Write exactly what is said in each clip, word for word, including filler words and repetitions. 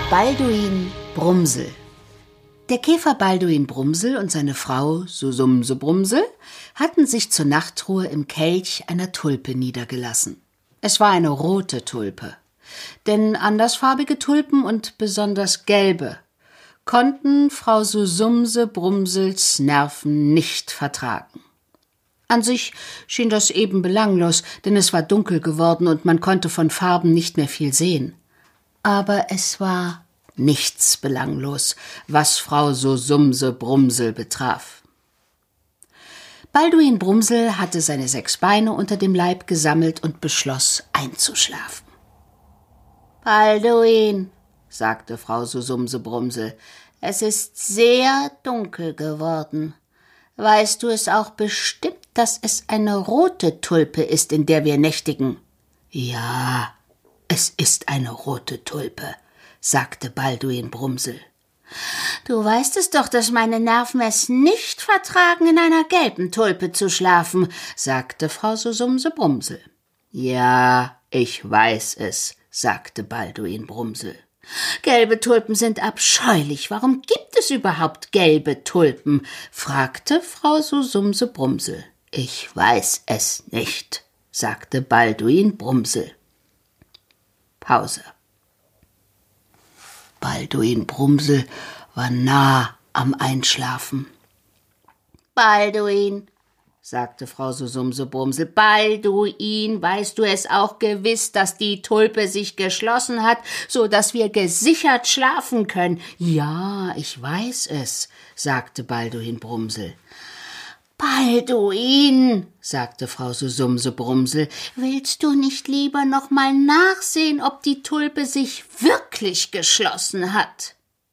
Balduin Brumsel. Der Käfer Balduin Brumsel und seine Frau Susumse Brumsel hatten sich zur Nachtruhe im Kelch einer Tulpe niedergelassen. Es war eine rote Tulpe, denn andersfarbige Tulpen und besonders gelbe konnten Frau Susumse Brumsels Nerven nicht vertragen. An sich schien das eben belanglos, denn es war dunkel geworden und man konnte von Farben nicht mehr viel sehen. Aber es war nichts belanglos, was Frau Susumse Brumsel betraf. Balduin Brumsel hatte seine sechs Beine unter dem Leib gesammelt und beschloss, einzuschlafen. »Balduin«, sagte Frau Susumse Brumsel, »es ist sehr dunkel geworden. Weißt du es auch bestimmt, dass es eine rote Tulpe ist, in der wir nächtigen?« »Ja, es ist eine rote Tulpe«, sagte Balduin Brumsel. »Du weißt es doch, dass meine Nerven es nicht vertragen, in einer gelben Tulpe zu schlafen«, sagte Frau Susumse Brumsel. »Ja, ich weiß es«, sagte Balduin Brumsel. »Gelbe Tulpen sind abscheulich. Warum gibt es überhaupt gelbe Tulpen?« fragte Frau Susumse Brumsel. »Ich weiß es nicht«, sagte Balduin Brumsel. Pause. Balduin Brumsel war nah am Einschlafen. »Balduin«, sagte Frau Susumse Brumsel, »Balduin, weißt du es auch gewiss, dass die Tulpe sich geschlossen hat, so dass wir gesichert schlafen können?« »Ja, ich weiß es«, sagte Balduin Brumsel. »Balduin«, sagte Frau Susumse Brumsel, »willst du nicht lieber noch mal nachsehen, ob die Tulpe sich wirklich geschlossen hat?«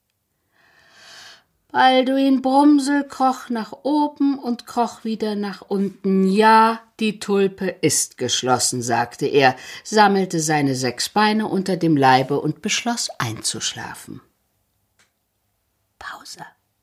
Balduin Brumsel kroch nach oben und kroch wieder nach unten. »Ja, die Tulpe ist geschlossen«, sagte er, sammelte seine sechs Beine unter dem Leibe und beschloss einzuschlafen. Pause.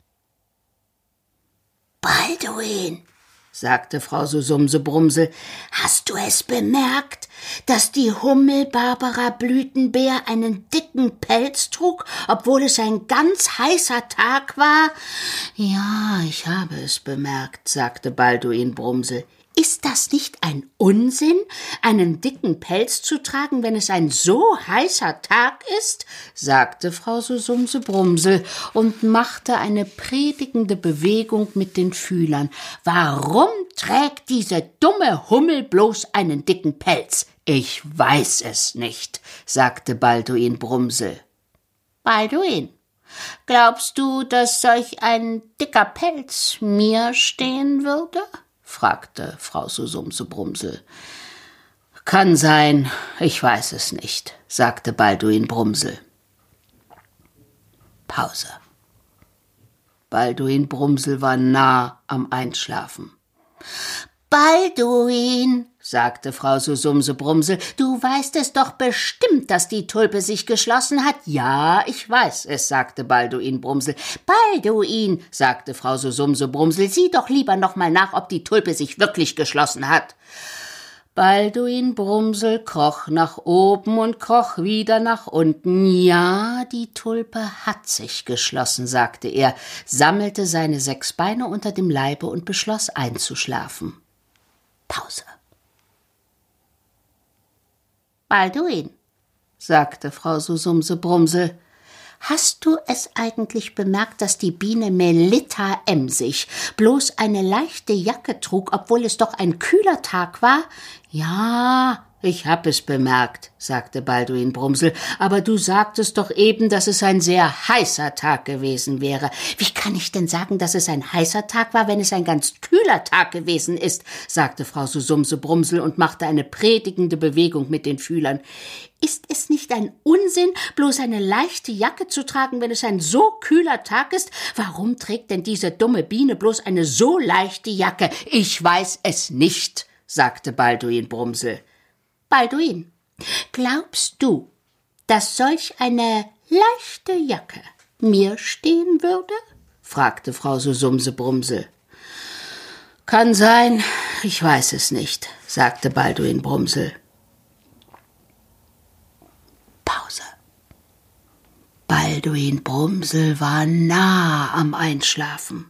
»Balduin«, sagte Frau Susumse Brumsel, »hast du es bemerkt, dass die Hummel Barbara Blütenbeer einen dicken Pelz trug, obwohl es ein ganz heißer Tag war?« »Ja, ich habe es bemerkt«, sagte Balduin Brumsel. »Ist das nicht ein Unsinn, einen dicken Pelz zu tragen, wenn es ein so heißer Tag ist?« sagte Frau Susumse Brumsel und machte eine predigende Bewegung mit den Fühlern. »Warum trägt diese dumme Hummel bloß einen dicken Pelz?« »Ich weiß es nicht«, sagte Balduin Brumsel. »Balduin, glaubst du, dass solch ein dicker Pelz mir stehen würde?« fragte Frau Susumse Brumsel. »Kann sein, ich weiß es nicht«, sagte Balduin Brumsel. Pause. Balduin Brumsel war nah am Einschlafen. »Balduin«, sagte Frau Susumse Brumsel, »du weißt es doch bestimmt, dass die Tulpe sich geschlossen hat?« »Ja, ich weiß es«, sagte Balduin Brumsel. »Balduin«, sagte Frau Susumse Brumsel, »sieh doch lieber noch mal nach, ob die Tulpe sich wirklich geschlossen hat.« Balduin Brumsel kroch nach oben und kroch wieder nach unten. »Ja, die Tulpe hat sich geschlossen«, sagte er, sammelte seine sechs Beine unter dem Leibe und beschloss einzuschlafen. Pause. »Balduin«, sagte Frau Susumse Brumsel, »hast du es eigentlich bemerkt, dass die Biene Melitta Emsig bloß eine leichte Jacke trug, obwohl es doch ein kühler Tag war?« »Ja, ich hab es bemerkt«, sagte Balduin Brumsel, »aber du sagtest doch eben, dass es ein sehr heißer Tag gewesen wäre.« »Wie kann ich denn sagen, dass es ein heißer Tag war, wenn es ein ganz kühler Tag gewesen ist?« sagte Frau Susumse Brumsel und machte eine predigende Bewegung mit den Fühlern. »Ist es nicht ein Unsinn, bloß eine leichte Jacke zu tragen, wenn es ein so kühler Tag ist? Warum trägt denn diese dumme Biene bloß eine so leichte Jacke?« »Ich weiß es nicht«, sagte Balduin Brumsel. »Balduin, glaubst du, dass solch eine leichte Jacke mir stehen würde?« fragte Frau Susumse Brumsel. »Kann sein, ich weiß es nicht«, sagte Balduin Brumsel. Pause. Balduin Brumsel war nah am Einschlafen.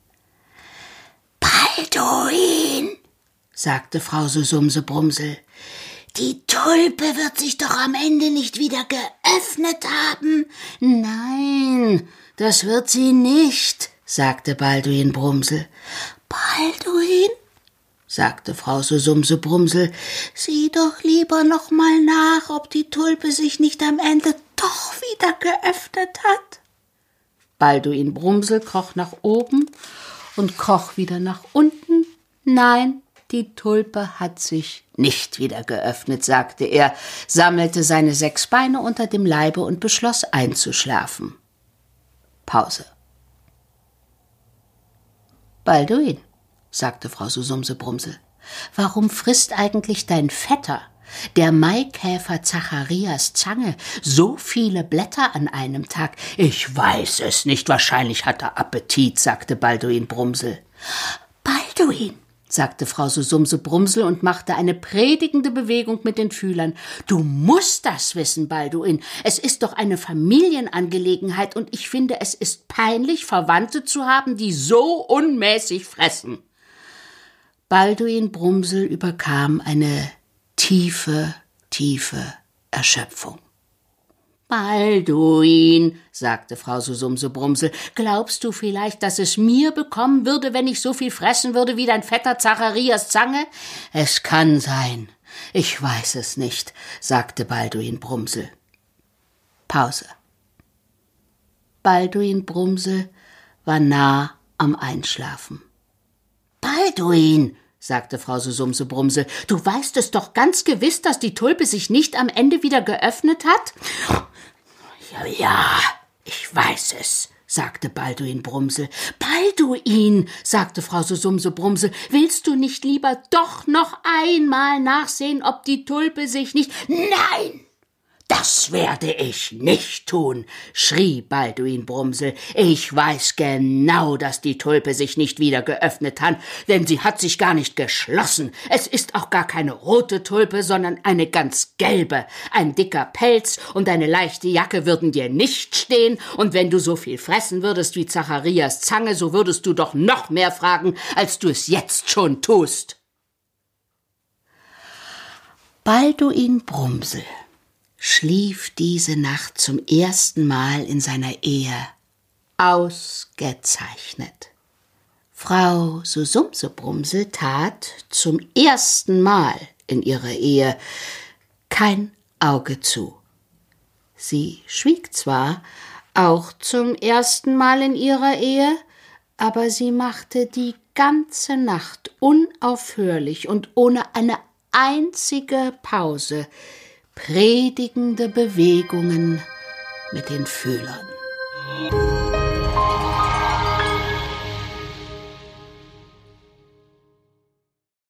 »Balduin«, sagte Frau Susumsebrumsel, »die Tulpe wird sich doch am Ende nicht wieder geöffnet haben.« »Nein, das wird sie nicht«, sagte Balduin Brumsel. »Balduin«, sagte Frau Susumsebrumsel, »sieh doch lieber noch mal nach, ob die Tulpe sich nicht am Ende doch wieder geöffnet hat.« Balduin Brumsel kroch nach oben und kroch wieder nach unten. »Nein, die Tulpe hat sich nicht wieder geöffnet«, sagte er, sammelte seine sechs Beine unter dem Leibe und beschloss einzuschlafen. Pause. »Balduin«, sagte Frau Susumsebrumsel, »warum frisst eigentlich dein Vetter, der Maikäfer Zacharias Zange, so viele Blätter an einem Tag?« »Ich weiß es nicht, wahrscheinlich hat er Appetit«, sagte Balduin Brumsel. »Balduin«, sagte Frau Susumsebrumsel und machte eine predigende Bewegung mit den Fühlern. »Du musst das wissen, Balduin. Es ist doch eine Familienangelegenheit und ich finde, es ist peinlich, Verwandte zu haben, die so unmäßig fressen.« Balduin Brumsel überkam eine tiefe, tiefe Erschöpfung. »Balduin«, sagte Frau Susumsebrumsel, »glaubst du vielleicht, dass es mir bekommen würde, wenn ich so viel fressen würde wie dein Vetter Zacharias Zange?« »Es kann sein. Ich weiß es nicht«, sagte Balduin Brumsel. Pause. Balduin Brumsel war nah am Einschlafen. »Balduin«, sagte Frau Susumsebrumsel, »du weißt es doch ganz gewiss, dass die Tulpe sich nicht am Ende wieder geöffnet hat?« »Ja, ja, ich weiß es«, sagte Balduin Brumsel. »Balduin«, sagte Frau Susumsebrumsel, »willst du nicht lieber doch noch einmal nachsehen, ob die Tulpe sich nicht...« »Nein, das werde ich nicht tun«, schrie Balduin Brumsel. »Ich weiß genau, dass die Tulpe sich nicht wieder geöffnet hat, denn sie hat sich gar nicht geschlossen. Es ist auch gar keine rote Tulpe, sondern eine ganz gelbe. Ein dicker Pelz und eine leichte Jacke würden dir nicht stehen, und wenn du so viel fressen würdest wie Zacharias Zange, so würdest du doch noch mehr fragen, als du es jetzt schon tust.« Balduin Brumsel schlief diese Nacht zum ersten Mal in seiner Ehe ausgezeichnet. Frau Susumsebrumsel tat zum ersten Mal in ihrer Ehe kein Auge zu. Sie schwieg zwar auch zum ersten Mal in ihrer Ehe, aber sie machte die ganze Nacht unaufhörlich und ohne eine einzige Pause predigende Bewegungen mit den Fühlern.